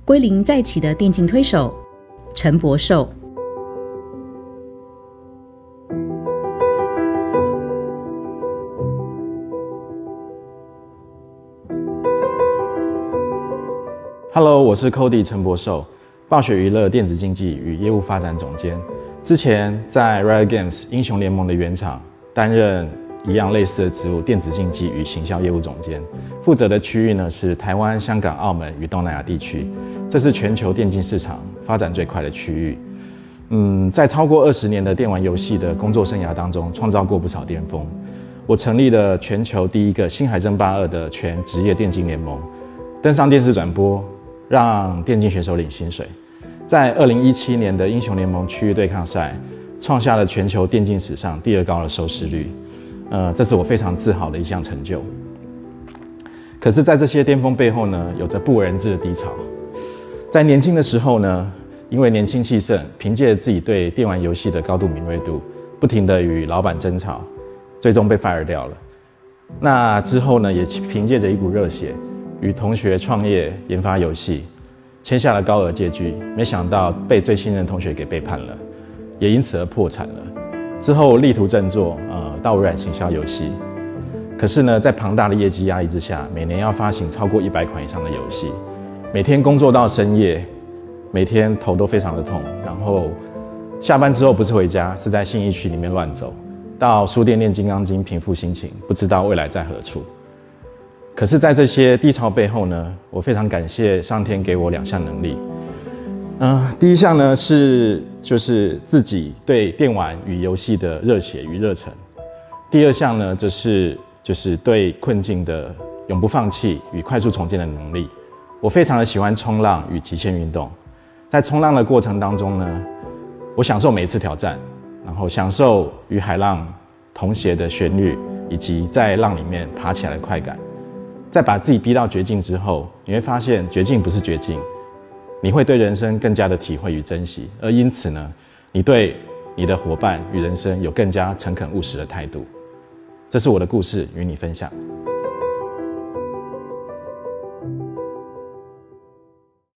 归零再起的电竞推手陈柏寿。 Hello， 我是 Cody 陈柏寿，暴雪娱乐电子竞技与业务发展总监。之前在 Riot Games 英雄联盟的原厂担任一样类似的职务，电子竞技与行销业务总监，负责的区域呢是台湾、香港、澳门与东南亚地区，这是全球电竞市场发展最快的区域。在超过20年的电玩游戏的工作生涯当中，创造过不少巅峰。我成立了全球第一个星海争霸2的全职业电竞联盟，登上电视转播，让电竞选手领薪水。在2017年的英雄联盟区域对抗赛，创下了全球电竞史上第2高的收视率。这是我非常自豪的一项成就。可是，在这些巅峰背后呢，有着不为人知的低潮。在年轻的时候呢，因为年轻气盛，凭借自己对电玩游戏的高度敏锐度，不停地与老板争吵，最终被 fire 掉了。那之后呢，也凭借着一股热血，与同学创业研发游戏，签下了高额借据，没想到被最信任的同学给背叛了，也因此而破产了。之后力图振作，到微软行销游戏。可是呢，在庞大的业绩压力之下，每年要发行超过100款以上的游戏，每天工作到深夜，每天头都非常的痛，然后下班之后不是回家，是在信义区里面乱走，到书店念《金刚经》平复心情，不知道未来在何处。可是，在这些低潮背后呢，我非常感谢上天给我2项能力。第一项呢就是自己对电玩与游戏的热血与热忱。第2项呢，就是对困境的永不放弃与快速重建的能力。我非常的喜欢冲浪与极限运动，在冲浪的过程当中呢，我享受每一次挑战，然后享受与海浪同谐的旋律，以及在浪里面爬起来的快感。在把自己逼到绝境之后，你会发现绝境不是绝境，你会对人生更加的体会与珍惜，而因此呢，你对你的伙伴与人生有更加诚恳务实的态度。这是我的故事，与你分享。